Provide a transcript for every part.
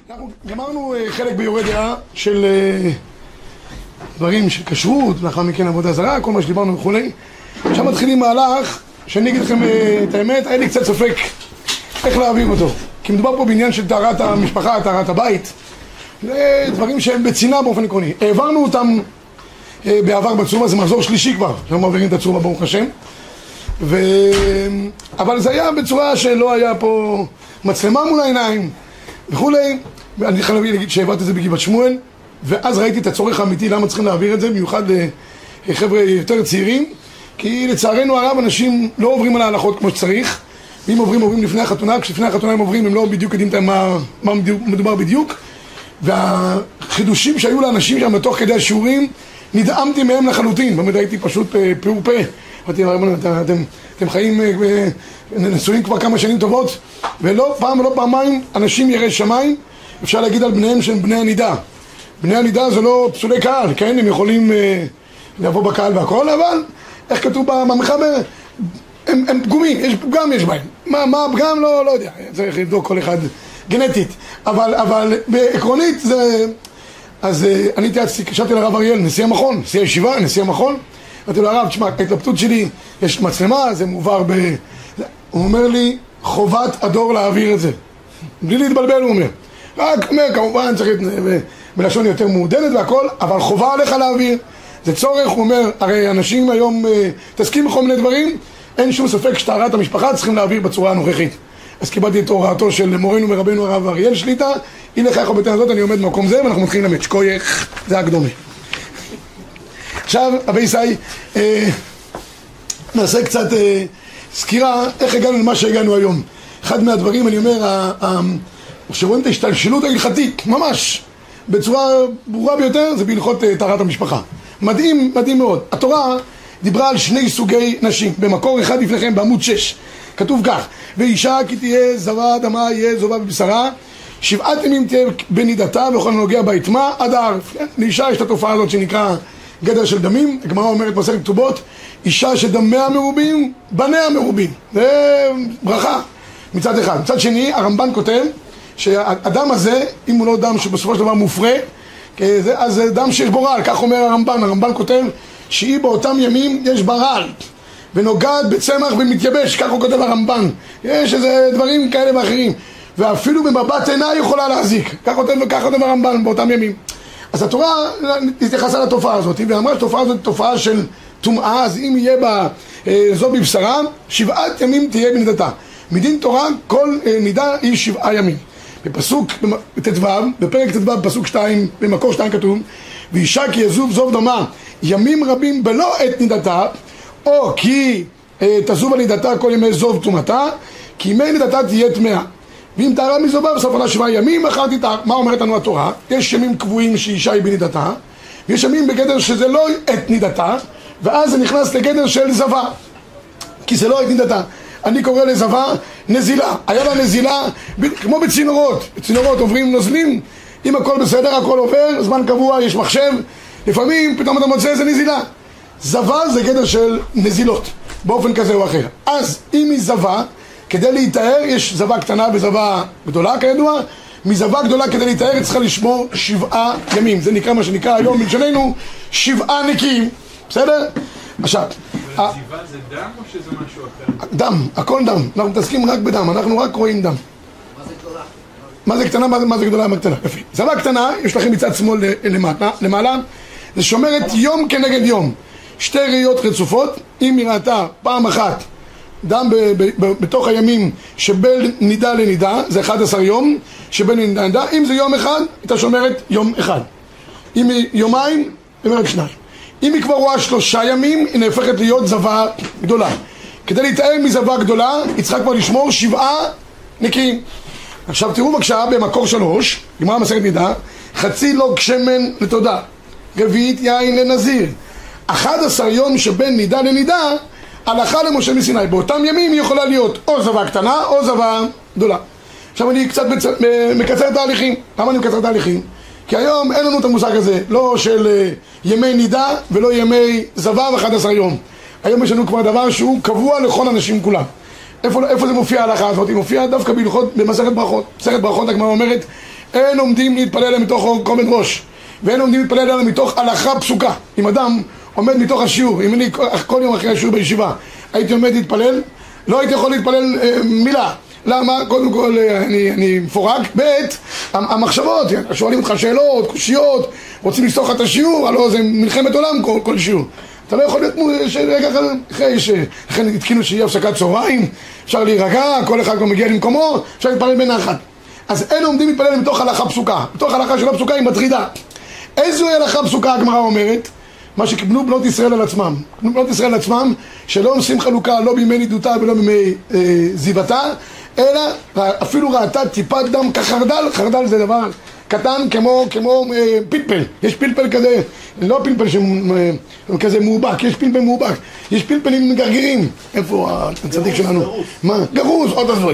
אנחנו גמרנו חלק ביורי דעה של דברים של כשרות, לאחר מכן עבודה זרה, כל מה שדיברנו וכולי. עכשיו מתחילים מהלך שאני אגיד לכם את האמת, היה לי קצת ספק איך להעביר אותו, כי מדובר פה בעניין של טהרת המשפחה, טהרת הבית. זה דברים שהם בצינה באופן עקרוני. העברנו אותם בעבר בצורה, זה מחזור שלישי כבר, אנחנו מעבירים את הצורה ברוך השם. אבל זה היה בצורה שלא היה פה מצלמה מול העיניים וכולי. אני חייב להגיד שהעברתי את זה בגבעת שמואל, ואז ראיתי את הצורך האמיתי למה צריכים להעביר את זה, במיוחד לחבר'ה יותר צעירים, כי לצערנו הרב אנשים לא עוברים על ההלכות כמו שצריך, ואם עוברים לפני החתונה, כשלפני החתונה הם עוברים הם לא בדיוק יודעים מה מדובר בדיוק, והחידושים שהיו לאנשים שם בתוך כדי השיעורים נדאמתי מהם לחלוטין, באמת הייתי פשוט פעור פה. אמרתי, אתם חיים נשואים כבר כמה שנים טובות, ולא פעם ולא פעמיים אנשים יראי שמיים, אפשר להגיד על בניהם שהם בני הנידה. בני הנידה זה לא פסולי קהל, כן? הם יכולים לבוא בקהל והכל, אבל איך כתוב במחבר? הם פגומים, יש פגם יש בהם. מה הפגם? לא יודע, צריך לבדוק כל אחד גנטית. אבל בעקרונית זה... אז אני התקשרתי לרב אריאל, נשיא המכון, נשיא הישיבה, נשיא המכון. אמרתי לו, הרב, תשמע, ההתלבטות שלי, יש מצלמה, זה מועבר ב... הוא אומר לי, חובת הדור להעביר את זה. בלי להתבלבל, הוא אומר. רק אומר, כמובן, צריך בלשון יותר מעודדת והכל, אבל חובה עליך להעביר. זה צורך, הוא אומר, הרי אנשים היום תסכים בכל מיני דברים, אין שום ספק שטהרת המשפחה צריכים להעביר בצורה הנוכחית. אז קיבלתי את הוראתו של מורנו ורבנו הרב אריאל שליטה, הנה לך בבתן הזאת, אני עומד במקום זה, ואנחנו מתחילים למד שקוייך, זה הקדומי. עכשיו, אבי ישי, נעשה קצת סקירה איך הגענו למה שהגענו היום. אחד מהדברים, אני אומר, שרואים את ההשתלשלות ההלכתית, ממש, בצורה ברורה ביותר, זה בהלכות טהרת המשפחה. מדהים, מדהים מאוד. התורה דיברה על שני סוגי נשים. במקור אחד לפניכם, בעמוד 6, כתוב כך, ואישה כי תהיה זבה דמה, יהיה זובה בבשרה, 7 ימים תהיה בנידתה, וכל הנוגע בה יטמא עד הערב. לאישה יש את התופעה הזאת שנקרא גדר של דמים. הגמרא אומרת במסכת כתובות, אישה שדמיה מרובים, בניה מרובים. זה ברכה מצד אחד. מצד שני, הרמב"ן כותב שהאדם הזה, אם הוא לא דם שבסופו של דבר מופרה, אז זה דם שיש בו רעל. כך אומר הרמב"ן. הרמב"ן כותב שהיא באותם ימים יש בה רעל ונוגעת בצמח ומתייבש, כך הוא כותב הרמב"ן. יש איזה דברים כאלה ואחרים, ואפילו במבט עינה יכולה להזיק, כך כותב הרמב"ן באותם ימים. אז התורה התייחסה לתופעה הזאת ואמרה שהתופעה הזאת תופעה של טומאה, אז אם יהיה בה זו בבשרה, 7 ימים תהיה בנידתה. מדין תורה כל נידה היא 7 ימים. בפסוק ט"ו, בפרק ט"ו, פסוק 2, במקור 2 כתוב, ואישה כי יזוב זוב דמה ימים רבים בלא עת נידתה, או כי תזוב על נידתה כל ימי זוב טומאתה, כי ימי נידתה תהיה טמאה. ואם טהרה מזובה בסוף עונה 7 ימים, אחר תטהר. מה אומרת לנו התורה? יש ימים קבועים שאישה היא בנידתה, ויש ימים בגדר שזה לא עת נידתה, ואז זה נכנס לגדר של זבה, כי זה לא עת נידתה. אני קורא לזבה נזילה. היה לה נזילה כמו בצינורות. בצינורות עוברים נוזלים, אם הכל בסדר, הכל עובר, זמן קבוע, יש מחשב, לפעמים פתאום אתה מוצא איזה נזילה. זבה זה גדר של נזילות, באופן כזה או אחר. אז אם היא זבה, כדי להתאר, יש זבה קטנה וזבה גדולה כידוע, מזבה גדולה כדי להתאר היא צריכה לשמור 7 ימים. זה נקרא מה שנקרא היום בלשוננו 7 נקיים. בסדר? עכשיו, זיבה זה דם או שזה משהו אחר? דם, הכל דם. אנחנו מתעסקים רק בדם, אנחנו רק רואים דם. מה זה גדולה? מה זה קטנה, מה זה גדולה, מה קטנה? יפה. זבה קטנה, יש לכם מצד שמאל למעלה, זה שומרת יום כנגד יום. 2 ראיות רצופות, אם היא ראתה פעם אחת דם בתוך הימים שבין נידה לנידה, זה 11 יום, שבין נידה לנידה, אם זה יום אחד, היא שומרת יום אחד. אם היא יומיים, היא אומרת 2. אם היא כבר רואה 3 ימים, היא נהפכת להיות זבה גדולה. כדי להתאר מזבה גדולה, היא צריכה כבר לשמור 7 נקיים. עכשיו תראו בבקשה במקור 3, גמרא מסכת נידה, חצי לוג שמן לתודה, רביעית יין לנזיר. 11 יום שבין נידה לנידה, הלכה למשה מסיני. באותם ימים היא יכולה להיות או זבה קטנה או זבה גדולה. עכשיו אני קצת מקצר תהליכים. למה אני מקצר תהליכים? כי היום אין לנו את המושג הזה, לא של ימי נידה ולא ימי זבה ו11 יום. היום יש לנו כבר דבר שהוא קבוע לכל אנשים כולם. איפה זה מופיע ההלכה הזאת? היא מופיעה דווקא בהלכות במסכת ברכות. מסכת ברכות הגמרא אומרת, אין עומדים להתפלל עליהם מתוך כובד ראש, ואין עומדים להתפלל עליהם מתוך הלכה פסוקה. אם אדם עומד מתוך השיעור, אם אני כל יום אחרי השיעור בישיבה הייתי עומד להתפלל, לא הייתי יכול להתפלל מילה. למה? קודם כל אני מפורק, ב' המחשבות, שואלים אותך שאלות, קושיות, רוצים לסתוך את השיעור, הלוא זה מלחמת עולם כל שיעור. אתה לא יכול להיות רגע אחרי לכן התקינו שיהיה הפסקת צהריים, אפשר להירגע, כל אחד כבר מגיע למקומו, אפשר להתפלל בנחת. אז אין עומדים להתפלל מתוך הלכה פסוקה, מתוך הלכה שלא פסוקה היא מטרידה. איזו הלכה פסוקה הגמרא אומרת? מה שקיבלו בנות ישראל על עצמם. קיבלו בנות ישראל על עצמם שלא עושים חלוקה לא בימי נידותה ולא בימי זיבתה, אלא אפילו ראתה טיפת דם כחרדל. חרדל זה דבר קטן כמו פלפל. יש פלפל כזה, לא פלפל כזה מאובק, יש פלפל מאובק, יש פלפלים גרגירים. איפה הצדיק שלנו? גרוס. מה? גרוס, עוד הזוי.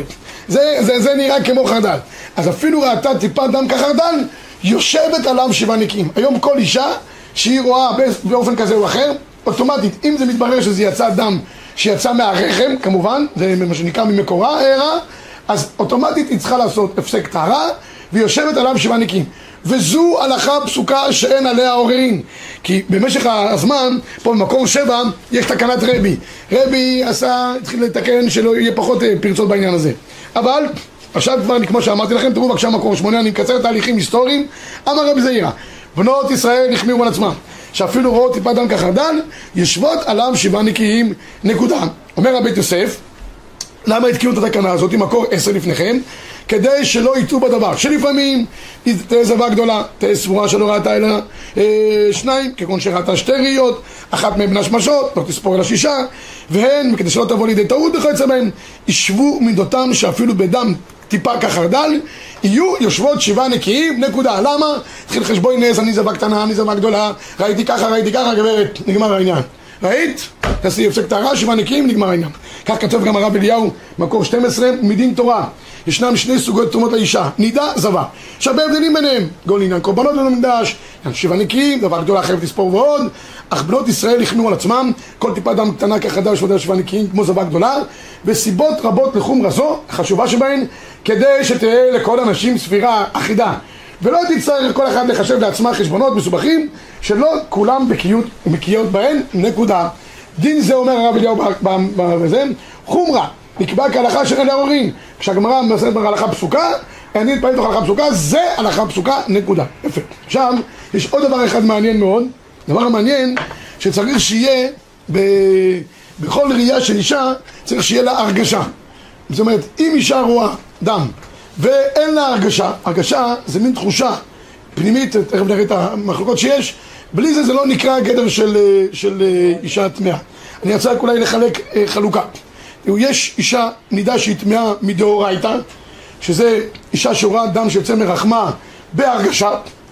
זה נראה כמו חרדל. אז אפילו ראתה טיפת דם כחרדל, יושבת עליו 7 נקיים. היום כל אישה שהיא רואה באופן כזה או אחר, אוטומטית, אם זה מתברר שזה יצא דם שיצא מהרחם, כמובן, זה מה שנקרא ממקורה, הערה, אז אוטומטית היא צריכה לעשות הפסק טהרה, ויושבת עליו 7 נקיים. וזו הלכה פסוקה שאין עליה עוררין. כי במשך הזמן, פה במקור 7, יש תקנת רבי. רבי התחיל לתקן שלא יהיה פחות פרצות בעניין הזה. אבל עכשיו כבר, כמו שאמרתי לכם, תראו בבקשה מקור 8, אני מקצר תהליכים היסטוריים. אמר רבי זעירא, בנות ישראל החמירו על עצמם, שאפילו רואות טיפת דם כחרדל, יושבות עליו 7 נקיים, נקודה. אומר רבי יוסף, למה התקיעו את התקנה הזאת, עם מקור 10 לפניכם? כדי שלא יטעו בדבר, שלפעמים תהיה זבה גדולה, תהיה סבורה שלא ראתה אלא 2, כגון שראתה 2 ראיות, אחת מהן בנה שמשות, לא תספור אלא 6, והן, כדי שלא תבוא לידי טעות וכיוצא בהם, ישבו מידותם שאפילו בדם טיפה כחרדל, יהיו יושבות 7 נקיים, נקודה. למה? התחיל חשבון נס, אני זבה קטנה, אני זבה גדולה, ראיתי ככה, גברת, נגמר העניין. ראית? תעשי הפסק טהרה, 7 נקיים, נגמר העניין. כך כתוב גם הרב אליהו, מקור 12, מדין תורה. ישנם 2 סוגות תרומות לאישה, נידה, זבה. יש הרבה הבדלים ביניהם, גול עניין קורבנות במקדש, 7 נקיים, דבר גדולה חייב לספור ועוד. אך בנות ישראל החמירו על עצמם, כל טיפת דם קטנה כחרדל יושבות 7 נקיים כמו זבה גדולה, וסיבות רבות לחומרה זו, חשובה שבהן, כדי שתהיה לכל אנשים ספירה אחידה, ולא תצטרך כל אחד לחשב לעצמה חשבונות מסובכים שלא כולם בקיאות בהן, נקודה. דין זה אומר הרב אליהו בזה, חומרה נקבע כהלכה שאין עליה עוררין. כשהגמרא מסתכלת בהלכה פסוקה, אני אתפלל לתוך הלכה פסוקה, זה הלכה פסוקה, נקודה. יפה. עכשיו יש עוד דבר אחד מעניין מאוד. דבר המעניין שצריך שיהיה בכל ראייה של אישה, צריך שיהיה לה הרגשה. זאת אומרת, אם אישה רואה דם ואין לה הרגשה, הרגשה זה מין תחושה פנימית, תכף נראה את המחלוקות שיש, בלי זה זה לא נקרא גדר של אישה טמאה. אני רוצה אולי לחלק חלוקה. יש אישה נידה שהיא טמאה מדאורייתא, שזה אישה שרואה דם שיוצא מרחמה בהרגשה,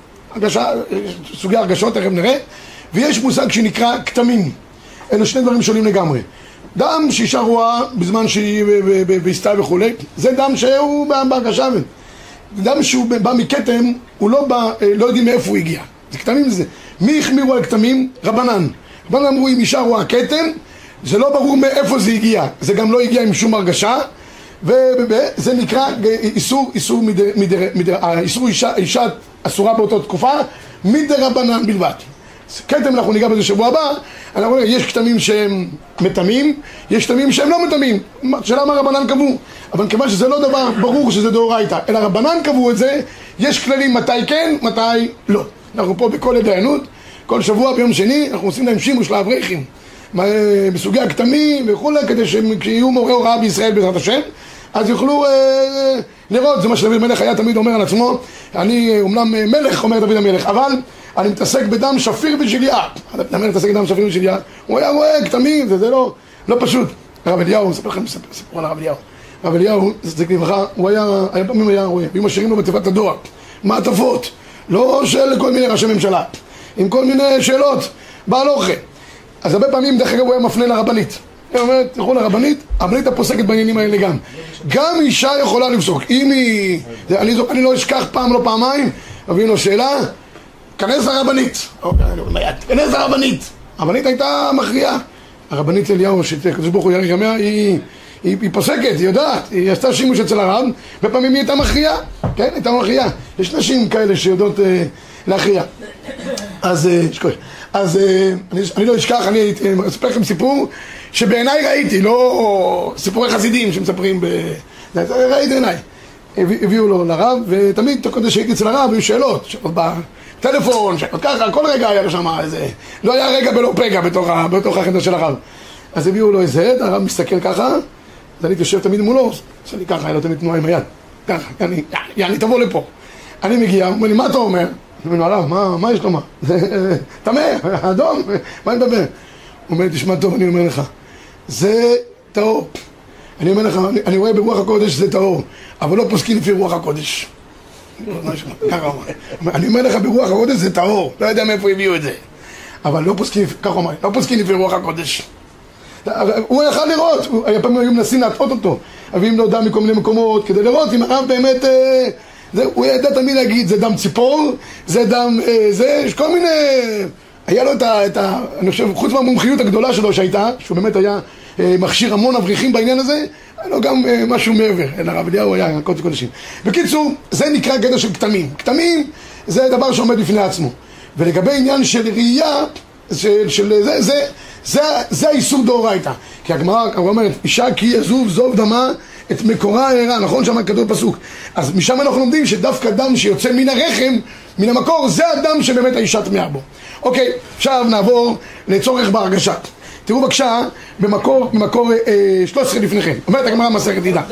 סוגי הרגשות, תכף נראה, ויש מושג שנקרא כתמים. אלו 2 דברים שונים לגמרי. דם שאישה רואה בזמן שהיא בהסתאה וכו', זה דם שהוא בהרגשה. דם שהוא בא מכתם, הוא לא יודעים מאיפה הוא הגיע. זה כתמים זה. מי החמירו על כתמים? רבנן. רבנן אמרו אם אישה רואה כתם, זה לא ברור מאיפה זה הגיע. זה גם לא הגיע עם שום הרגשה. וזה נקרא איסור אישה אסורה באותה תקופה, מדרבנן בלבד. כתם אנחנו ניגע בזה שבוע הבא, אנחנו רואים, יש כתמים שהם מטמאים, יש כתמים שהם לא מטמאים. שאלה מה רבנן קבעו? אבל כיוון שזה לא דבר ברור שזה דאורייתא, אלא רבנן קבעו את זה, יש כללים מתי כן, מתי לא. אנחנו פה בכל הדיינות, כל שבוע ביום שני, אנחנו עושים להם שימוש לאברכים בסוגי הכתמים וכו', כדי שיהיו מורי הוראה בישראל בעזרת השם, אז יוכלו לראות. זה מה שדוד המלך היה תמיד אומר על עצמו, אני אומנם מלך, אומר דוד המלך, אבל אני מתעסק בדם שפיר ושליה. למה מתעסק בדם שפיר ושליה? הוא היה רואה כתמים, זה לא פשוט. הרב אליהו, אני אספר לכם סיפור על הרב אליהו. הרב אליהו, זה כלמחה, הוא היה פעמים היה רואה, היו משאירים לו בתיבת הדואר מעטפות, לא של כל מיני ראשי ממשלה, עם כל מיני שאלות בעל אוכל. אז הרבה פעמים דרך אגב הוא היה מפנה לרבנית. היא אומרת, תלכו לרבנית, הרבנית הפוסקת בעניינים האלה גם אישה יכולה לפסוק. אם היא, אני לא אשכח פעם לא פעמיים, אבינו לו שאלה, כנס לרבנית. כנס לרבנית. הרבנית הייתה מכריעה. הרבנית אליהו, שקדוש ברוך הוא יאריך ימיה, היא היא פוסקת, היא יודעת, היא עשתה שימוש אצל הרב, ופעמים היא הייתה מכריעה, כן, הייתה מכריעה. יש נשים כאלה שיודעות להכריע. אז אני לא אשכח, אני אספר לכם סיפור שבעיניי ראיתי, לא סיפורי חסידים שמספרים ראיתי עיניי. הביאו לו לרב, ותמיד תוך כדי שהייתי אצל הרב, היו שאלות בטלפון, שאלות ככה, כל רגע היה שם איזה, לא היה רגע בלא פגע בתוך החדר של הרב. אז הביאו לו איזה עד, הרב מסתכל ככה, אז אני יושב תמיד מולו, שאני ככה, היה לו תמיד תנועה עם היד, ככה, יעני, תבוא לפה. אני מגיע, הוא אומר לי, מה אתה אומר? אני אומר לו, הרב, מה יש לו מה? זה תמה, אדום, מה אני מדבר? הוא אומר לי, תשמע טוב, אני אומר לך, זה טהור. אני אומר לך, אני רואה ברוח הקודש זה טהור, אבל לא פוסקים לפי רוח הקודש. אני אומר לך ברוח הקודש זה טהור, לא יודע מאיפה הביאו את זה. אבל לא פוסקים, ככה אומר, לא פוסקים לפי רוח הקודש. הוא יכל לראות, פעמים היו מנסים להטעות אותו, אביאים לו דם מכל מיני מקומות, כדי לראות אם הרב באמת, הוא ידע תמיד להגיד, זה דם ציפור, זה דם, יש כל מיני, היה לו את אני חושב, חוץ מהמומחיות הגדולה שלו שהייתה, שהוא באמת היה מכשיר המון אברכים בעניין הזה, היה לו גם משהו מעבר, הרב אליהו היה קודש קודשים. בקיצור, זה נקרא גדר של כתמים. כתמים זה דבר שעומד בפני עצמו. ולגבי עניין של ראייה, זה האיסור דאורייתא. כי הגמרא אומרת, אישה כי יזוב זוב דמה את מקורה הערה, נכון? שם כתוב פסוק. אז משם אנחנו לומדים שדווקא דם שיוצא מן הרחם, מן המקור, זה הדם שבאמת האישה טמאה בו. אוקיי, עכשיו נעבור לצורך בהרגשה. תראו בבקשה, במקור 13 לפניכם. אומרת הגמרא מסכת נידה.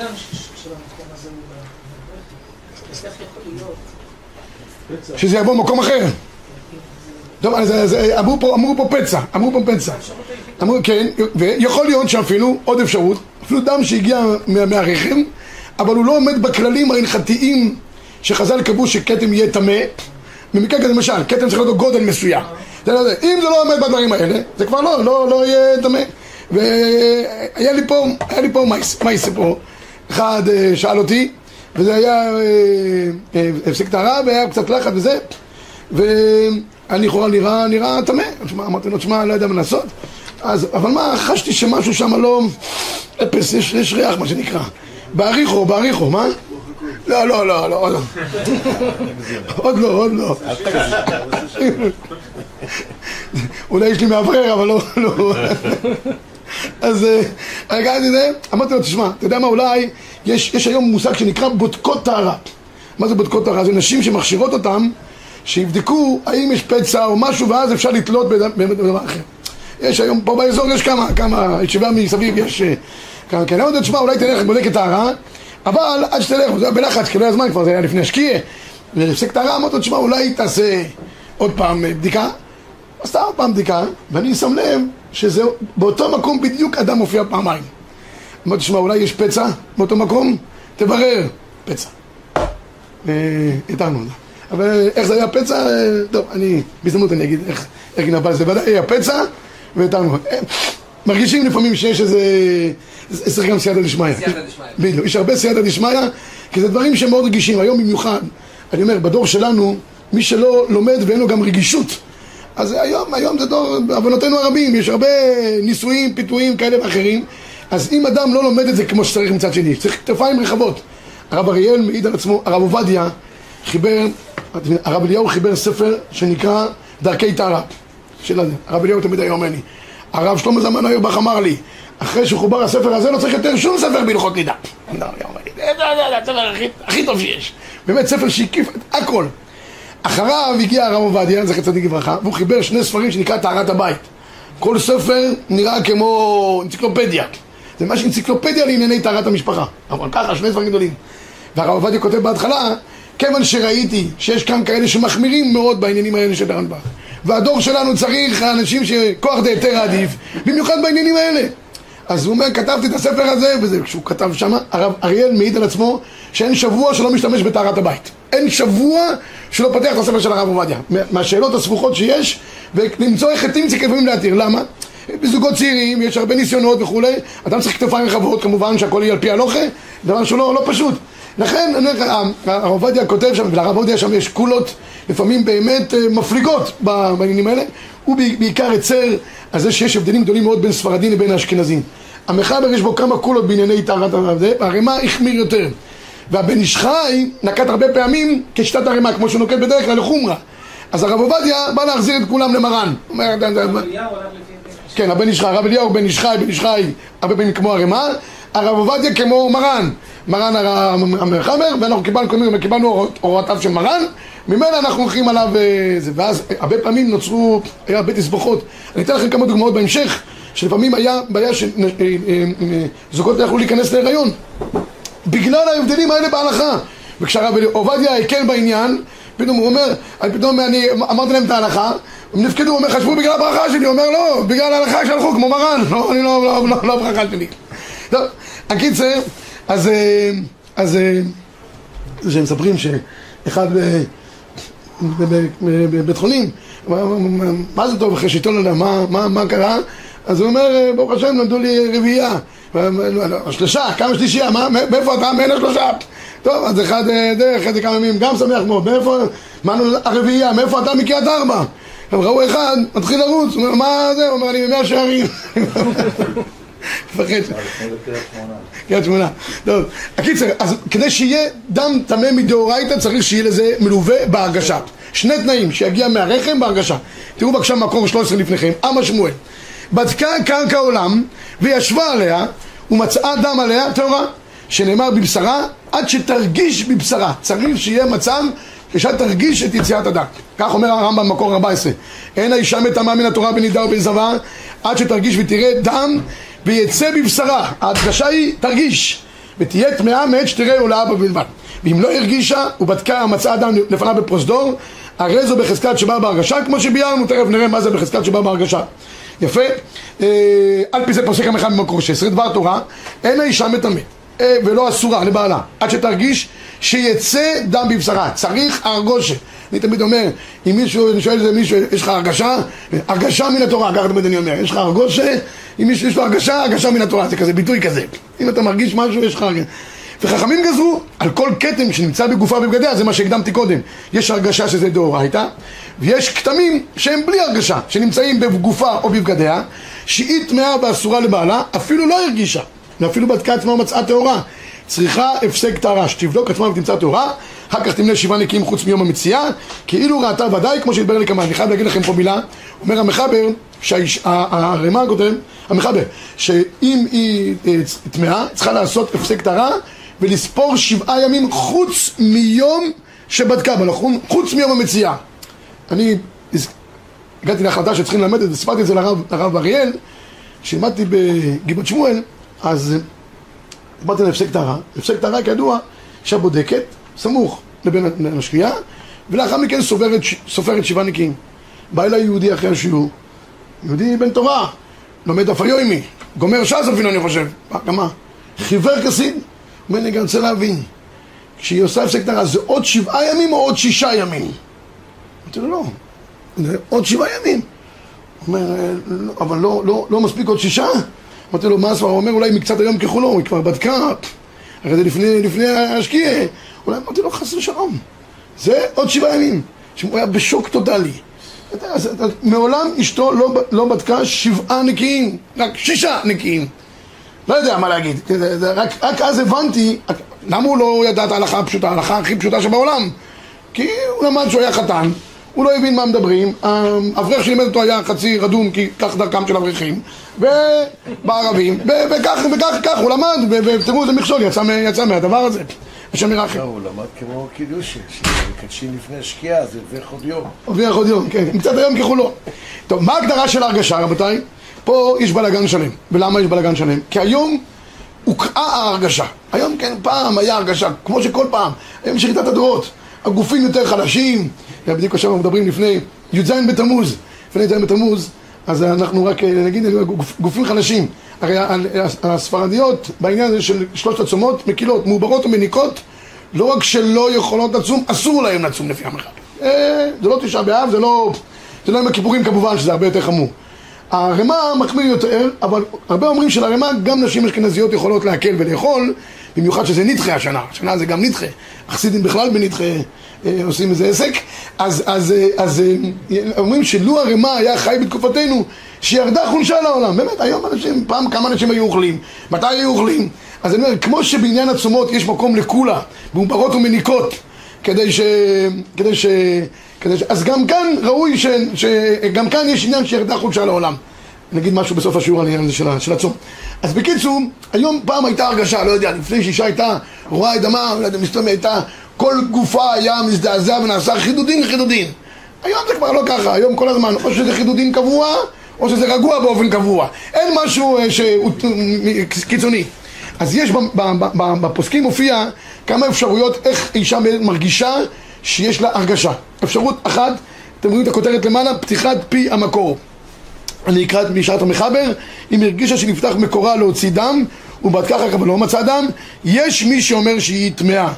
שזה יבוא במקום אחר. טוב, אמרו פה פצע. כן, ויכול להיות שאפילו, עוד אפשרות, אפילו דם שהגיע מהרחם, אבל הוא לא עומד בכללים ההלכתיים שחז"ל קבעו שכתם יהיה טמא. במקרה כזה למשל, כתם צריך להיות גודל מסוים. אם זה לא עומד בדברים האלה, זה כבר לא יהיה טמא. והיה לי פה מייס פה. אחד שאל אותי, וזה היה הפסיק את הרע, והיה קצת לחץ וזה, ואני לכאורה נראה טמא. אמרתי לו, תשמע, לא יודע מה לעשות. אבל מה, חשתי שמשהו שם לא... אפס, יש ריח, מה שנקרא. בעריכו, מה? לא, עוד לא. אולי יש לי מאוורר, אבל לא. אז רגעתי את זה, אמרתי לו, תשמע, אתה יודע מה, אולי יש היום מושג שנקרא בודקות טהרה. מה זה בודקות טהרה? זה נשים שמכשירות אותם, שיבדקו האם יש פצע או משהו, ואז אפשר לתלות בדבר אחר. יש היום, פה באזור יש כמה, ישיבה מסביב, יש כמה, כן, אמרתי לו, תשמע, אולי תלך בודקת טהרה, אבל עד שתלך, זה היה בלחץ, כי לא היה זמן כבר, זה היה לפני השקיע, והפסק טהרה, אמרתי לו, תשמע, אולי תעשה עוד פעם בדיקה. עשתה עוד פעם בדיקה, ואני שם לב שזה באותו מקום בדיוק אדם מופיע פעמיים. אמרתי, תשמע, אולי יש פצע באותו מקום? תברר. פצע. איתנו. אבל איך זה היה פצע? טוב, בהזדמנות אני אגיד איך נפל זה. ודאי היה פצע, ואיתנו. מרגישים לפעמים שיש איזה... זה גם סייעתא דשמיא. בדיוק, יש הרבה סייעתא דשמיא, כי זה דברים שהם מאוד רגישים. היום במיוחד, אני אומר, בדור שלנו, מי שלא לומד ואין לו גם רגישות, אז היום זה דור, בעוונותינו הרבים, יש הרבה ניסויים, פיתויים כאלה ואחרים. אז אם אדם לא לומד את זה כמו שצריך מצד שני, צריך כתפיים רחבות. הרב אריאל מעיד על עצמו, הרב עובדיה הרב אליהו חיבר ספר שנקרא דרכי טהרה. הרב אליהו תמיד היה אומר לי, הרב שלמה זלמן אוירבך אמר לי, אחרי שחובר הספר הזה לא צריך יותר שום ספר בהלכות נידה. זה הספר הכי טוב שיש. באמת ספר שהקיף הכל. אחריו הגיע הרב עובדיה, זכר צדיק לברכה, והוא חיבר שני ספרים שנקרא טהרת הבית. כל ספר נראה כמו אנציקלופדיה. זה ממש אנציקלופדיה לענייני טהרת המשפחה. אבל ככה, שני ספרים גדולים. והרב עובדיה כותב בהתחלה, כיוון שראיתי שיש כאן כאלה שמחמירים מאוד בעניינים האלה של הרמב"ם. והדור שלנו צריך אנשים שכוח דהיתר עדיף, במיוחד בעניינים האלה. אז הוא אומר, כתבתי את הספר הזה, וזה, כשהוא כתב שמה, הרב אריאל מעיד על עצמו שאין שבוע שלא משתמש בטהרת הבית. אין שבוע שלא פותח את הספר של הרב עובדיה. מהשאלות הסבוכות שיש, ולמצוא איך חטאים צריך לפעמים להתיר. למה? בזוגות צעירים, יש הרבה ניסיונות וכולי, אדם צריך כתפיים רחבות, כמובן שהכל יהיה על פי הלוכה, דבר שהוא לא פשוט. לכן, הרב עובדיה כותב שם, ולרב עובדיה שם יש קולות, לפעמים באמת מפליגות בעניינים האלה. הוא בעיקר יצר על זה שיש הבדלים גדולים מאוד בין ספרדים לבין האשכנזים. המחבר יש בו כמה קולות בענייני טהרת הזה, והרמ"א החמיר יותר. והבן איש חי נקט הרבה פעמים כשיטת הרמ"א, כמו שהוא נוקט בדרך כלל לחומרה. אז הרב עובדיה בא להחזיר את כולם למרן. כן, הבן איש חי, הרב אליהו בן איש חי, הרבה פעמים כמו הרמ"א, הרב עובדיה כמו מרן המחבר, ואנחנו קיבלנו הוראותיו של מרן, ממילא אנחנו הולכים עליו זה, ואז הרבה פעמים נוצרו הרבה תסבוכות. אני אתן לכם כמה דוגמאות בהמשך, שלפעמים היה בעיה שזוגות לא יכלו להיכנס להיריון בגלל ההבדלים האלה בהלכה. וכשהרב עובדיה הקל בעניין, פתאום הוא אומר, אני אמרתי להם את ההלכה, הם נפקדו, הוא אומר, חשבו בגלל הברכה שלי, הוא אומר, לא, בגלל ההלכה שהלכו כמו מרן, לא, אני לא הברכה שלי. טוב, הקיצר, אז שהם מספרים שאחד בבית חולים, מה זה טוב אחרי שיטון עליה, מה קרה? אז הוא אומר, ברוך השם, נולדו לי רביעייה, שלושה, כמה שלישייה, מאיפה אתה? מאין השלושה? טוב, אז אחד כמה ימים גם שמח מאוד, מאיפה? מה הרביעייה? מאיפה אתה? מקריית ארבע. הם ראו אחד, מתחיל לרוץ, הוא אומר, מה זה? הוא אומר, אני ממאה שערים. מפחד. קריית שמונה. טוב, הקיצר, אז כדי שיהיה דם טמא מדאורייתא צריך שיהיה לזה מלווה בהרגשה. שני תנאים, שיגיע מהרחם בהרגשה. תראו בבקשה מקור 13 לפניכם, אמה שמואל. בדקה קרקע עולם וישבה עליה ומצאה דם עליה טהורה, שנאמר בבשרה עד שתרגיש בבשרה. צריך שיהיה מצב שאתה תרגיש את יציאת הדם. כך אומר הרמב"ם במקור 14. אין האישה מטמאה מן התורה בנידה ובזבה עד שתרגיש ותראה דם ויצא בבשרה. ההדגשה היא תרגיש ותהיה טמאה מעת שתראה עולה בה בלבד. ואם לא הרגישה ובדקה מצאה דם לפניו בפרוזדור, הרי זו בחזקת שבא בהרגשה, כמו שביארנו, תכף נראה מה זה בחזקת שבא בהרגשה. יפה. על פי זה פוסק המחם במקור 16, דבר תורה, אין האישה מטמא ולא אסורה לבעלה עד שתרגיש שיצא דם בבשרה. צריך הרגושה. אני תמיד אומר, אם מישהו, אני שואל איזה מישהו, יש לך הרגשה מן התורה, ככה תמיד אני אומר, יש לך הרגושה, אם מישהו יש לו הרגשה מן התורה, זה כזה ביטוי כזה. אם אתה מרגיש משהו, יש לך הרגשה. וחכמים גזרו על כל כתם שנמצא בגופה ובבגדיה, זה מה שהקדמתי קודם. יש הרגשה שזה דאורייתא, ויש כתמים שהם בלי הרגשה, שנמצאים בגופה או בבגדיה, שהיא טמאה ואסורה לבעלה, אפילו לא הרגישה, ואפילו בדקה עצמה מצאה טהורה. צריכה הפסק טהרה, שתבדוק עצמה ותמצא טהורה, אחר כך תמנה 7 נקיים חוץ מיום המציאה, כאילו ראתה ודאי, כמו שהתברר לי כמה. אני חייב להגיד לכם פה מילה, אומר המחבר, הרמ"א כותב, המחבר, שאם היא טמאה, צריכה לעשות הפסק טהרה, ולספור 7 ימים חוץ מיום שבדקה בלחום, חוץ מיום המציאה. אני הגעתי להחלטה שצריכים ללמד את זה, סיפרתי את זה לרב אריאל, כשלמדתי בגבעת שמואל, אז דיברתי על הפסק טהרה. הפסק טהרה כידוע, אישה בודקת, סמוך לבין השקיעה, ולאחר מכן סופרת 7 נקיים. בא אליי יהודי אחרי השיעור, יהודי בן תורה, לומד דף היומי, גומר ש"ס אפילו אני חושב, כמה? חיוור כסיד. הוא אומר, אני גם רוצה להבין, כשהיא עושה הפסק טהרה, זה עוד 7 ימים או עוד 6 ימים? אמרתי לו, לא, זה עוד 7 ימים. הוא אומר, אבל לא מספיק עוד 6? אמרתי לו, מה הסבר? הוא אומר, אולי מקצת היום ככולו, היא כבר בדקה, הרי זה לפני השקיעה. אולי אמרתי לו, חס ושלום, זה עוד 7 ימים. שהוא היה בשוק טוטלי. מעולם אשתו לא בדקה 7 נקיים, רק 6 נקיים. לא יודע מה להגיד, רק אז הבנתי למה הוא לא ידע את ההלכה הפשוטה, ההלכה הכי פשוטה שבעולם. כי הוא למד שהוא היה חתן, הוא לא הבין מה מדברים, האברך שלימד אותו היה חצי רדום, כי כך דרכם של אברכים, ובערבים, וכך הוא למד, ותראו איזה מכשול יצא מהדבר הזה. השם ירחם. הוא למד כמו קידוש, שקדשים לפני השקיעה, זה הרוויח עוד יום, כן, מקצת היום ככולו. טוב, מה ההגדרה של ההרגשה, רבותיי? פה יש בלגן שלם. ולמה יש בלגן שלם? כי היום הוקעה ההרגשה. היום כן, פעם היה הרגשה, כמו שכל פעם. היום יש ירידת הדורות. הגופים יותר חלשים. בדיוק עכשיו מדברים לפני י"ז בתמוז. לפני י"ז בתמוז, אז אנחנו רק נגיד, גופים חלשים. הרי הספרדיות בעניין הזה של 3 הצומות, מקילות, מעוברות ומניקות, לא רק שלא יכולות לצום, אסור להם לצום לפי המחר. זה לא 9 באב, זה לא עם הכיפורים כמובן, שזה הרבה יותר חמור. הרמה מחמיר יותר, אבל הרבה אומרים שלרמה גם נשים אשכנזיות יכולות להקל ולאכול, במיוחד שזה נדחה השנה, השנה זה גם נדחה, החסידים בכלל בנדחה עושים איזה עסק, אז אומרים שלו הרמה היה חי בתקופתנו, שירדה חולשה לעולם, באמת היום אנשים, פעם כמה אנשים היו אוכלים, מתי היו אוכלים? אז אני אומר, כמו שבעניין הצומות יש מקום לכולה, בעוברות ומניקות, אז גם כאן ראוי שגם כאן יש עניין שירדה חולשה לעולם. נגיד משהו בסוף השיעור על העניין הזה של הצום. אז בקיצור, היום פעם הייתה הרגשה, לא יודע, לפני שאישה הייתה רואה אדמה, לא יודע, מסתובב הייתה, כל גופה היה מזדעזע ונעשה חידודין. היום זה כבר לא ככה, היום כל הזמן, או שזה חידודין קבוע, או שזה רגוע באופן קבוע. אין משהו שהוא קיצוני. אז יש בפוסקים מופיע כמה אפשרויות איך אישה מרגישה שיש לה הרגשה. אפשרות אחת, אתם רואים את הכותרת למעלה, פתיחת פי המקור. אני אקרא את משעת המחבר, אם הרגישה שנפתח מקורה להוציא דם, ובת ככה אבל לא מצא דם, יש מי שאומר שהיא טמאה.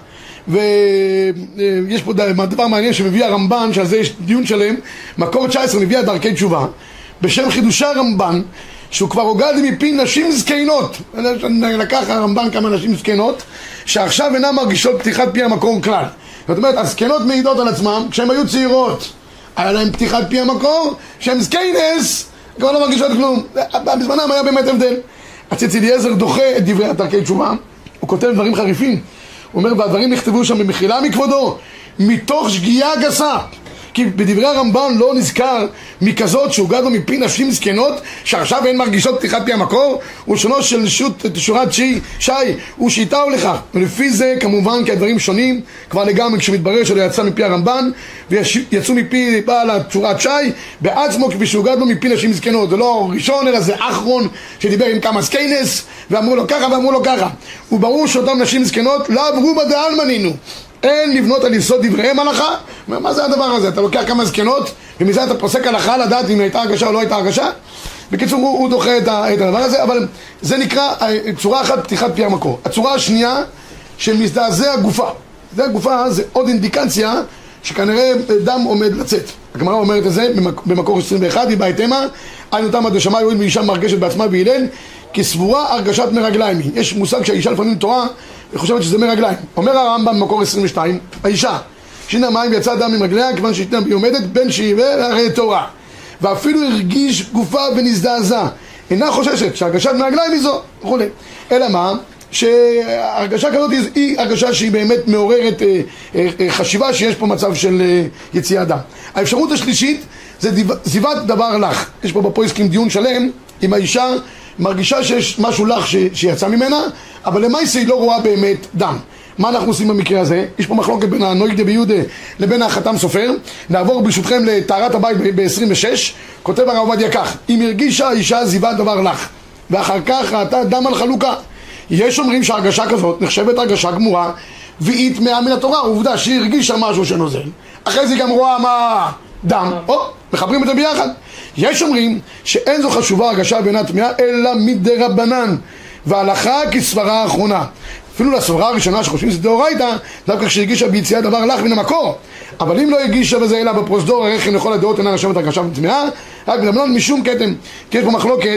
ויש פה דבר מעניין שמביא הרמב"ן, שעל זה יש דיון שלם, מקור 19 מביא את דרכי תשובה, בשם חידושי הרמב"ן, שהוא כבר הוגד מפי נשים זקנות. לקח הרמב"ן כמה נשים זקנות, שעכשיו אינן מרגישות פתיחת פי המקור כלל. זאת אומרת, הזקנות מעידות על עצמם, כשהן היו צעירות, היה להם פתיחת פי המקור, כשהן זקנס, כבר לא מרגישות כלום. בזמנם היה באמת הבדל. הציץ אליעזר דוחה את דברי דרכי תשובה, הוא כותב דברים חריפים. הוא אומר, והדברים נכתבו שם במחילה מכבודו, מתוך שגיאה גסה. כי בדברי הרמב"ן לא נזכר מכזאת שהוגד לו מפי נשים זקנות שעכשיו אין מרגישות פתיחת פי המקור, ושונו של שורת שי הוא שיטה לכך. ולפי זה כמובן כי הדברים שונים כבר לגמרי כשמתברר שלא יצא מפי הרמב"ן ויצאו מפי בעל שורת שי בעצמו כפי שהוגד לו מפי נשים זקנות. זה לא ראשון אלא זה אחרון שדיבר עם כמה סקיינס ואמרו לו ככה ואמרו לו ככה. וברור שאותם נשים זקנות לא עברו בדעל מנינו, אין לבנות על יסוד דבריהם הלכה. מה זה הדבר הזה? אתה לוקח כמה זקנות ומזה אתה פוסק הלכה לדעת אם הייתה הרגשה או לא הייתה הרגשה. בקיצור הוא דוחה את הדבר הזה, אבל זה נקרא צורה אחת פתיחת פי המקור. הצורה השנייה של מזדעזע גופה, זה הגופה, זה עוד אינדיקציה שכנראה דם עומד לצאת. הגמרא אומרת את זה במקור 21, היא בהתאמה היינו תמה דשמיא יועיל מאישה מרגשת בעצמה והילל כי סבורה הרגשת מרגליים. יש מושג שהאישה לפעמים טועה וחושבת שזה מרגליים. אומר הרמב"ם במקור 22, האישה שינה מים ויצא דם ממרגליה כיוון שהיא עומדת בין שיבה והרי תורה, ואפילו הרגיש גופה ונזדעזע, אינה חוששת שהרגשת מרגליים היא זו וכו'. אלא מה? שהרגשה כזאת היא הרגשה שהיא באמת מעוררת חשיבה שיש פה מצב של יציאת דם. האפשרות השלישית זה זיבת דבר לך. יש פה בפויסקים דיון שלם עם האישה מרגישה שיש משהו לך שיצא ממנה, אבל למעשה היא לא רואה באמת דם. מה אנחנו עושים במקרה הזה? יש פה מחלוקת בין הנויג דביודה לבין החתם סופר. נעבור ברשותכם לטהרת הבית ב-26. כותב הרב עובדיה כך: אם הרגישה האישה זיבת דבר לך ואחר כך ראתה דם על חלוקה, יש אומרים שהרגשה כזאת נחשבת הרגשה גמורה והיא טמאה מן התורה. עובדה שהיא הרגישה משהו שנוזל, אחרי זה גם רואה מה דם, מחברים את זה ביחד. יש אומרים שאין זו חשובה הרגשה בינה טמאה אלא מדרבנן, והלכה כסברה האחרונה. אפילו לסברה הראשונה שחושבים שזה דאורייתא, דווקא כשהרגישה ביציאת דבר לך מן המקור. אבל אם לא הרגישה בזה אלא בפרוזדור הרחם לכל הדעות אינה נחשבת הרגשה טמאה, רק מדרבנן משום כתם. כי יש פה מחלוקת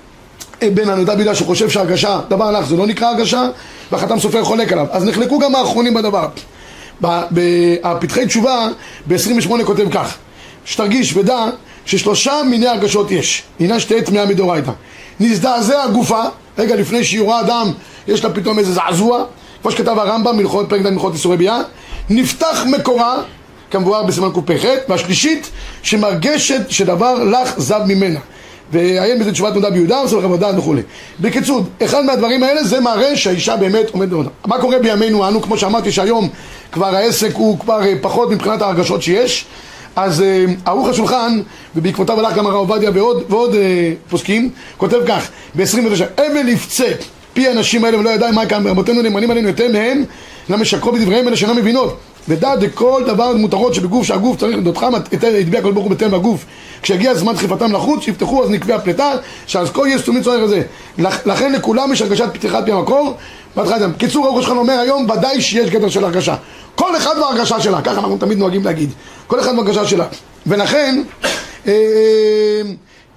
בין הנודע בידה שחושב שהרגשה דבר לך זה לא נקרא הרגשה, והחתם סופר חולק עליו. אז נחלקו גם האחרונים בדבר. בפתחי תשובה ב-28 כותב כך: שתרגיש ודע ששלושה מיני הרגשות יש, הנה שתי טמאה מדאורייתא. נזדעזע גופה, רגע לפני שהיא רואה אדם יש לה פתאום איזה זעזוע, כמו שכתב הרמב"ם פרק ד' הלכות איסורי ביאה. נפתח מקורה כמבואר בסימן קפ"ח. והשלישית שמרגשת שדבר לך זב ממנה, ועיין בזה תשובת נודע ביהודה וסולח עבודה וכו'. בקיצור, אחד מהדברים האלה זה מראה שהאישה באמת עומדת בעבודה. מה קורה בימינו אנו? כמו שאמרתי שהיום כבר העסק הוא כבר פחות מבחינת ההרגשות שיש. אז ערוך השולחן, ובעקבותיו הלך גם הרב עובדיה ועוד פוסקים, כותב כך ב-29: אבל יפצה פי האנשים האלה ולא ידע מה כאן רבותינו נאמנים עלינו יותר מהם למשקרו בדבריהם אלה שאינם מבינות, ודע דכל דבר מותרות שבגוף שהגוף צריך לדותך יטביע כל ברוך הוא בטבע הגוף, כשיגיע זמן דחיפתם לחוץ שיפתחו אז נקבע פלטה שאז כל יש תומית צורך הזה. לכן לכולם יש הרגשת פתיחת פי המקור. קיצור, ערוך השולחן אומר היום ודאי שיש גדר של הרגשה, כל אחד וההרגשה שלה, ככה אנחנו תמיד נוהגים להגיד, כל אחד וההרגשה שלה. ולכן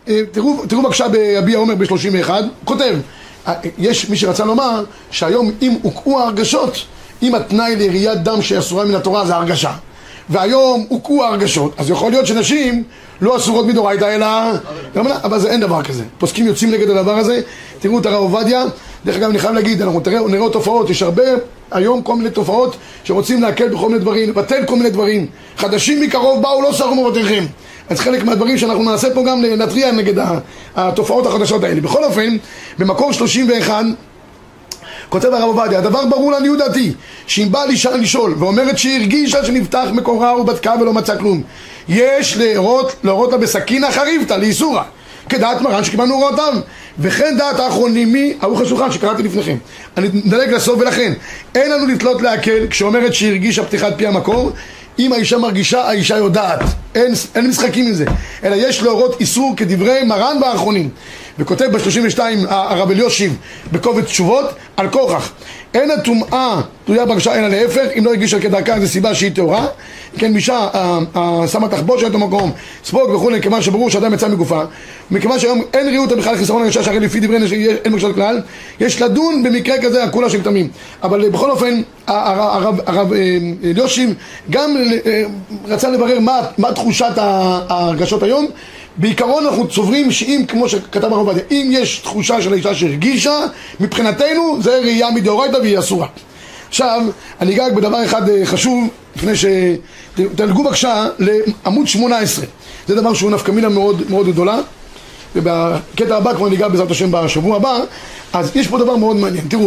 תראו בבקשה ביביע עומר ב-31, כותב, יש מי שרצה לומר שהיום אם הוקעו ההרגשות, אם התנאי לראיית דם שאסורה מן התורה זה הרגשה, והיום הוקעו ההרגשות, אז יכול להיות שנשים לא אסורות מדאורייתא אלא, אבל זה אין דבר כזה. פוסקים יוצאים נגד הדבר הזה. תראו את הרב עובדיה, דרך אגב אני חייב להגיד, אנחנו נראה תופעות, יש הרבה היום כל מיני תופעות שרוצים להקל בכל מיני דברים, לבטל כל מיני דברים. חדשים מקרוב באו לא שרו מבותיכם. אז חלק מהדברים שאנחנו נעשה פה גם נטריע נגד התופעות החדשות האלה. בכל אופן, במקור 31 כותב הרב עובדיה, הדבר ברור לעניות דעתי, שאם באה אישה לשאול ואומרת שהיא הרגישה שנפתח מקורה ובדקה ולא מצא כלום, יש להורות לה בסכינה חריבתא לאיסורה, כדעת מרן שקיבלנו הוראותיו, וכן דעת האחרונים מי ערוך השולחן שקראתי לפניכם. אני מדלג לסוף, ולכן אין לנו לתלות להקל כשאומרת שהיא הרגישה פתיחת פי המקור. אם האישה מרגישה, האישה יודעת, אין משחקים עם זה, אלא יש להורות איסור כדברי מרן והאחרונים. וכותב ב-32 הרב אליושיב בכובד תשובות על כוכך, אין הטומאה תלויה ברגשה אלא להפך, אם לא הרגישה כדרכה זה סיבה שהיא טהורה. כן, מישה שמה תחבושת אותו מקום ספוג וכו', כיוון שברור שאדם יצא מגופה, מכיוון שהיום אין ראיות בכלל חיסרון הרגשה, שהרי לפי דברי אין מגשת כלל, יש לדון במקרה כזה הכולה של תמים. אבל בכל אופן הרב אליושיב גם רצה לברר מה תחושת ההרגשות היום. בעיקרון אנחנו צוברים שאם, כמו שכתב הרב עובדיה, אם יש תחושה של האישה שהרגישה, מבחינתנו זה ראייה מדאורייתא והיא אסורה. עכשיו, אני אגע בדבר אחד חשוב, לפני שתלגו בבקשה לעמוד 18. זה דבר שהוא נפקא מינה מאוד מאוד גדולה, ובקטע הבא, כמו ניגע בעזרת השם בשבוע הבא, אז יש פה דבר מאוד מעניין. תראו,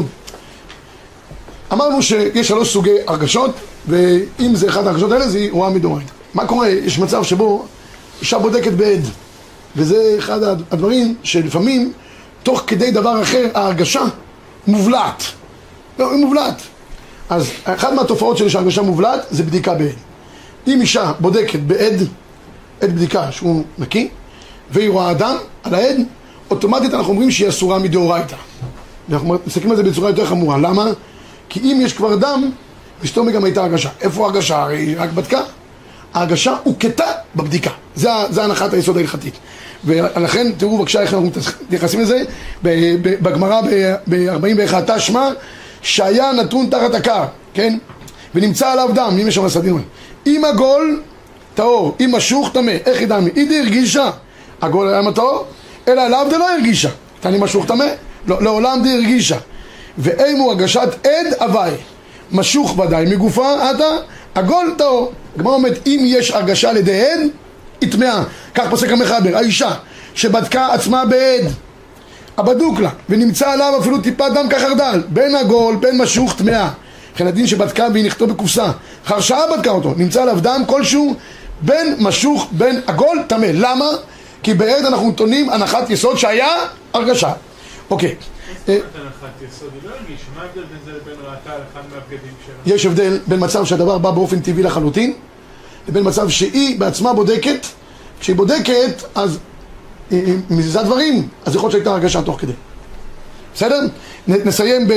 אמרנו שיש 3 סוגי הרגשות, ואם זה אחד ההרגשות האלה, זה רואה מדאורייתא. מה קורה? יש מצב שבו אישה בודקת בעד, וזה אחד הדברים שלפעמים תוך כדי דבר אחר ההרגשה מובלעת. לא, היא מובלעת. אז אחת מהתופעות של הרגשה מובלעת זה בדיקה בעד. אם אישה בודקת בעד, עד בדיקה שהוא נקי, והיא רואה דם על העד, אוטומטית אנחנו אומרים שהיא אסורה מדאורייתא. אנחנו מסתכלים על זה בצורה יותר חמורה. למה? כי אם יש כבר דם, פתאום גם הייתה הרגשה. איפה ההרגשה? הרי היא רק בדקה. ההרגשה הוקטה בבדיקה. זה הנחת היסוד ההלכתית. ולכן תראו בבקשה איך אנחנו נכנסים לזה. בגמרא ב-41 תשמע שהיה נתון תחת הקר, כן? ונמצא עליו דם, אם יש שם סדין. אם עגול, טהור, אם משוך, טמא. איך ידעמי? אידי הרגישה. עגול היה טהור, אלא עליו זה לא הרגישה. תני משוך טמא? לא, לעולם די הרגישה. ואימו הרגשת עד אביי. משוך ודאי מגופה, אתה עגול טהור. הגמרא אומרת, אם יש הרגשה לידי עד, היא טמאה. כך פוסק המחבר, האישה שבדקה עצמה בעד, הבדוק לה, ונמצא עליו אפילו טיפת דם כחרדל, בין עגול, בין משוך, טמאה. לכן הדין שבדקה והיא נכתוב בקופסה, אחר שעה בדקה אותו, נמצא עליו דם כלשהו, בין משוך, בין עגול, טמא. למה? כי בעד אנחנו טוענים הנחת יסוד שהיה הרגשה. אוקיי. הנחת יסוד, היא לא הרגישה, מה ההבדל בין זה לבין ראתה על אחד מהבגדים שלה? יש הבדל בין מצב שהדבר בא באופן טבעי לחלוטין, לבין מצב שהיא בעצמה בודקת, כשהיא בודקת, אז מזיזה דברים, אז יכול להיות שהייתה הרגשה תוך כדי. בסדר? נסיים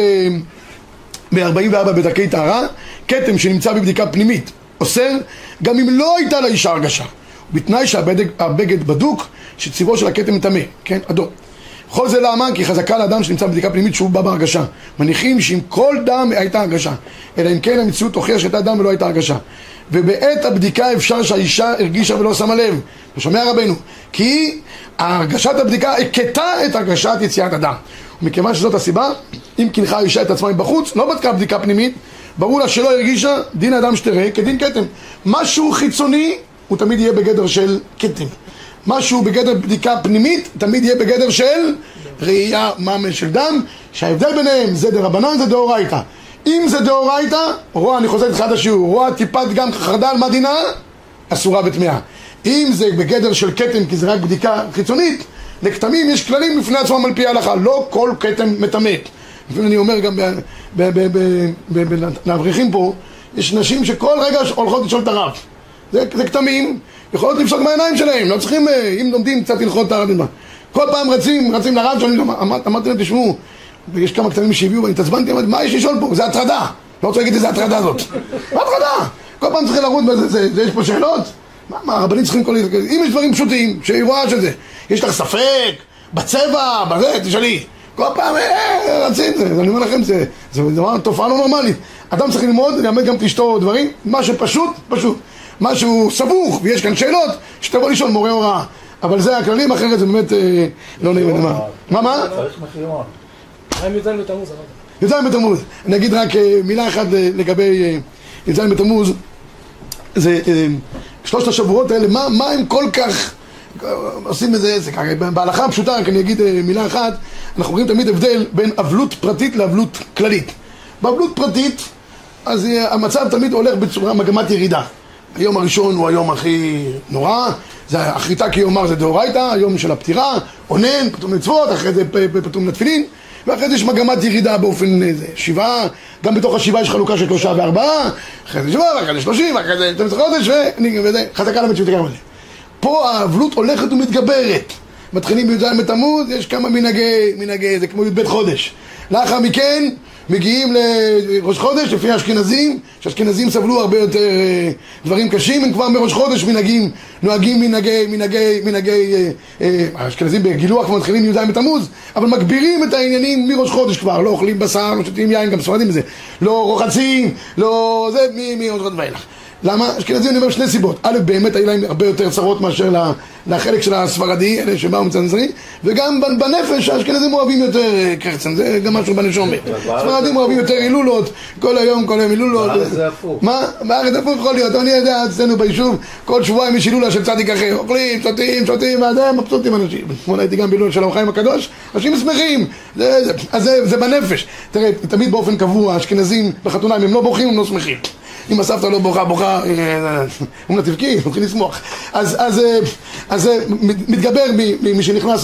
ב-44 בדרכי טהרה, כתם שנמצא בבדיקה פנימית, אוסר, גם אם לא הייתה לאישה הרגשה, בתנאי שהבגד בדוק, שציבו של הכתם מטמא, כן? אדום. כל זה למה? כי חזקה לאדם שנמצא בבדיקה פנימית שהוא בא בהרגשה. מניחים שאם כל דם הייתה הרגשה, אלא אם כן המציאות תוכיח שהייתה דם ולא הייתה הרגשה. ובעת הבדיקה אפשר שהאישה הרגישה ולא שמה לב. ושומע רבנו, כי הרגשת הבדיקה הקטה את הרגשת יציאת הדם. ומכיוון שזאת הסיבה, אם קינחה האישה את עצמה מבחוץ, לא בדקה בדיקה פנימית, ברור לה שלא הרגישה, דין אדם שתראה כדין כתם. משהו חיצוני הוא תמיד יהיה בגדר של כתם. משהו בגדר בדיקה פנימית תמיד יהיה בגדר של ראייה ממש של דם, שההבדל ביניהם זה דרבנן, זה דאורייתא. אם זה דאורייתא, רואה, אני חוזר לתחילת השיעור, רואה טיפת גם חרדל, מה דינה? אסורה וטמאה. אם זה בגדר של כתם, כי זה רק בדיקה חיצונית, לכתמים יש כללים בפני עצמם על פי ההלכה, לא כל כתם מטמא. לפעמים אני אומר גם לאברכים פה, יש נשים שכל רגע הולכות לשאול את הרב. זה כתמים, יכולות לפסוק מהעיניים שלהם, לא צריכים, אם לומדים קצת הלכות את הרב. כל פעם רצים לרב, אמרתי להם, תשמעו, ויש כמה קטנים שהביאו ואני תעצבנתי, אמרתי, מה יש לשאול פה? זה הטרדה. לא רוצה להגיד איזה הטרדה זאת. מה הטרדה? כל פעם צריכים לרוץ בזה, יש פה שאלות? מה, הרבנים צריכים כל... אם יש דברים פשוטים, שהיא רואה שזה, יש לך ספק? בצבע? בזה? תשאלי. כל פעם רצים זה, אני אומר לכם, זה תופעה לא נורמלית. אדם צריך ללמוד, ללמד גם תשתו דברים, מה שפשוט, פשוט. משהו סבוך, ויש כאן שאלות, שתבוא לשאול מורה הוראה. אבל זה הכללים, אחרת זה באמת לא נעים. מה? צריך מחירון. מה עם י"ז בתמוז? י"ז בתמוז. אני אגיד רק מילה אחת לגבי י"ז בתמוז. זה שלושת השבועות האלה, מה הם כל כך עושים איזה עסק? בהלכה הפשוטה, רק אני אגיד מילה אחת, אנחנו רואים תמיד הבדל בין אבלות פרטית לאבלות כללית. באבלות פרטית, אז המצב תמיד הולך בצורה מגמת ירידה. היום הראשון הוא היום הכי נורא, זה החיטה כיומר זה דאורייתא, היום של הפטירה, עונן, פתאום מצוות, אחרי זה פתאום לתפילין, ואחרי זה יש מגמת ירידה באופן שבעה, גם בתוך השבעה יש חלוקה של 3 ו4, אחרי זה 7, ואחרי זה 30, ואחרי זה 12 חודש, וזה חזקה למצוות כמה מלא. פה האבלות הולכת ומתגברת. מתחילים בי"ז בתמוז, יש כמה מנהגי, זה כמו י"ב חודש. לאחר מכן מגיעים לראש חודש, לפי האשכנזים, שהאשכנזים סבלו הרבה יותר דברים קשים, הם כבר מראש חודש נוהגים מנהגי, האשכנזים בגילוח כבר מתחילים י"ז בתמוז, אבל מגבירים את העניינים מראש חודש כבר, לא אוכלים בשר, לא שותים יין, גם ספרדים בזה, לא רוחצים, לא זה, מראש חודש ואילך. למה? אשכנזים אני אומר שני סיבות. א', באמת היה להם הרבה יותר צרות מאשר לחלק של הספרדי, אלה שבאו מצד נזרי, וגם בנפש האשכנזים אוהבים יותר קרצן, זה גם משהו בנשום. ספרדים אוהבים יותר הילולות, כל היום הילולות. בארץ זה הפוך. מה? בארץ הפוך יכול להיות. אני יודע, אצלנו ביישוב, כל שבועיים יש הילולה של צדיק אחר. אוכלים, שותים, ועדיין מבסוטים אנשים. אתמול הייתי גם בהילולה של האור החיים הקדוש, אנשים שמחים. אז זה בנפש. תראה, תמיד באופן קבוע, האשכנזים בחתונה, אם הם לא בוכים, הם לא שמחים. אם הסבתא לא בוכה, הוא נתבקי, הוא מתחיל לשמוח. אז מתגבר מי שנכנס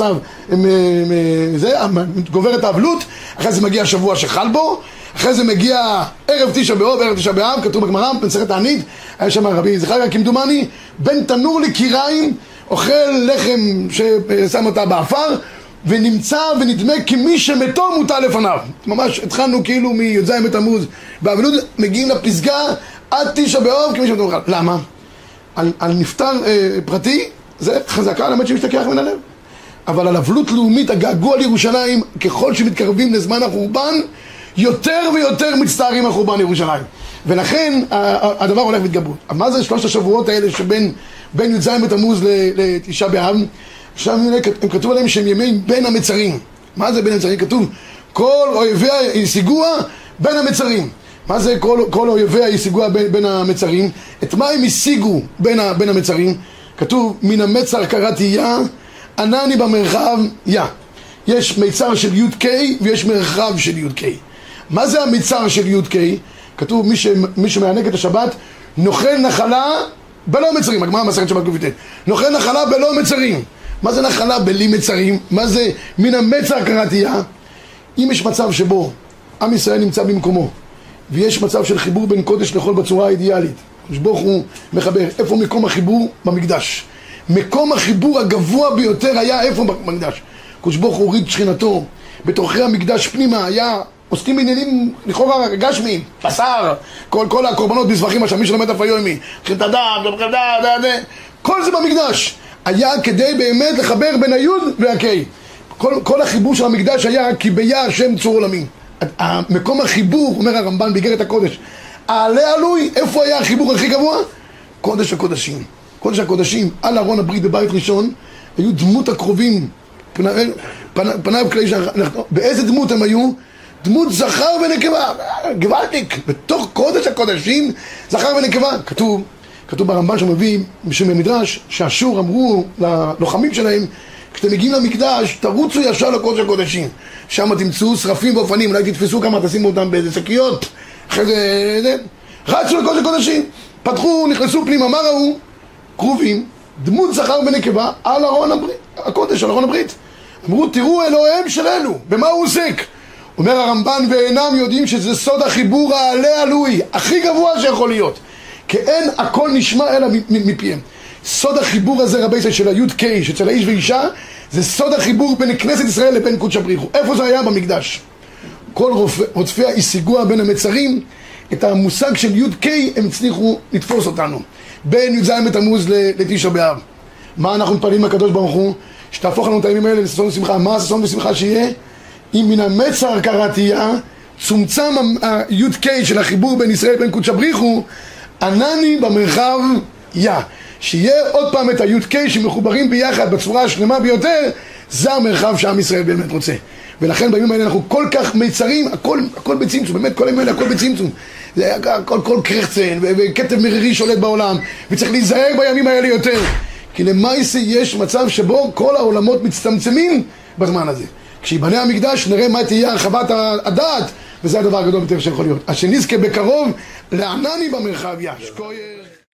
גובר את האבלות, אחרי זה מגיע השבוע שחל בו, אחרי זה מגיע ערב תשעה באב, כתוב בגמרא, במסכת תענית, היה שם רבי זכריה כמדומני, בין תנור לקיריים, אוכל לחם ששם אותה באפר, ונמצא ונדמה כמי שמתו מוטל לפניו. ממש התחלנו כאילו מי"ז בתמוז באבלות, מגיעים לפסגה עד תשעה באב כמי שמתו מוטל. למה? על נפטר פרטי זה חזקה למד שמשתכח מן הלב, אבל על אבלות לאומית, הגעגוע לירושלים, ככל שמתקרבים לזמן החורבן, יותר ויותר מצטערים על חורבן ירושלים, ולכן הדבר הולך להתגברות. מה זה שלושת השבועות האלה שבין י"ז בתמוז לתשעה באב? עכשיו הם כתוב עליהם שהם ימי בין המצרים. מה זה בין המצרים? כתוב כל אויביה ישיגוה בין המצרים. מה זה כל אויביה ישיגוה בין המצרים? את מה הם השיגו בין המצרים? כתוב מן המצר קראתי יה, ענני במרחב יה. יש מיצר של י' ק' ויש מרחב של י' ק'. מה זה המיצר של י' ק'? כתוב מי שמענק את השבת נאכל נחלה בלא מצרים. הגמרא מסכת שבת ק"ט, נאכל נחלה בלא מצרים. מה זה נחלה בלי מצרים? מה זה מן המצר קראתי יה? אם יש מצב שבו עם ישראל נמצא במקומו ויש מצב של חיבור בין קודש לחול בצורה האידיאלית, ברוך הוא מחבר, איפה מקום החיבור? במקדש. מקום החיבור הגבוה ביותר היה איפה? במקדש. ברוך הוא הוריד שכינתו בתוככי המקדש פנימה, היה עוסקים בעניינים לכאורה גשמיים, בשר, כל הקורבנות בזבחים עכשיו, מי שלומד אף היומי, את הדם, כל זה במקדש היה כדי באמת לחבר בין היוד והקי. כל החיבור של המקדש היה כי ביה השם צור עולמים. מקום החיבור, אומר הרמב"ן באיגרת הקודש, העלה עלוי, איפה היה החיבור הכי גבוה? קודש הקודשים. קודש הקודשים, על ארון הברית בבית ראשון, היו דמות הקרובים, פניו כלי באיזה דמות הם היו? דמות זכר ונקבה, גוואלדיק, בתוך קודש הקודשים, זכר ונקבה. כתוב ברמב"ן שמביא משום המדרש, שהשור אמרו ללוחמים שלהם, כשאתם מגיעים למקדש, תרוצו ישר לקודש הקודשים. שם תמצאו שרפים ואופנים, אולי תתפסו כמה, תשימו אותם באיזה שקיות, אחרי זה, רצו לקודש הקודשים, פתחו, נכנסו פנימה, מה ראו? קרובים, דמות זכר ונקבה על ארון הברית, הקודש, על ארון הברית. אמרו, תראו אלוהיהם של אלו, במה הוא עוסק? אומר הרמב"ן, ואינם יודעים שזה סוד החיבור העלה עלוי, הכי גבוה שיכול להיות, כי אין הכל נשמע אלא מפיהם. סוד החיבור הזה רבי ישראל של היוד קי, שאצל האיש ואישה, זה סוד החיבור בין כנסת ישראל לבין קודש הבריחו. איפה זה היה? במקדש. כל רודפיה השיגוה בין המצרים, את המושג של יוד קי הם הצליחו לתפוס אותנו בין י"ז בתמוז לתשעה באב. מה אנחנו מתפללים לקדוש ברוך הוא? שתהפוך לנו את הימים האלה לששון ושמחה. מה הששון ושמחה שיהיה? אם מן המצר קראתיה צומצם ה-י"ק של החיבור בין ישראל לבין קודש הבריחו, ענני במרחב יא. שיהיה עוד פעם את ה-י"ק שמחוברים ביחד בצורה השלמה ביותר, זה המרחב שעם ישראל באמת רוצה. ולכן בימים האלה אנחנו כל כך מצרים, הכל בצמצום, באמת כל הימים האלה הכל בצמצום. זה הכל קרחצן וכתב מרירי שולט בעולם, וצריך להיזהר בימים האלה יותר. כי למעשה יש מצב שבו כל העולמות מצטמצמים בזמן הזה. כשיבנה המקדש נראה מה תהיה הרחבת הדעת, וזה הדבר הגדול ביותר שיכול להיות. אז שנזכה בקרוב לענני במרחב יא.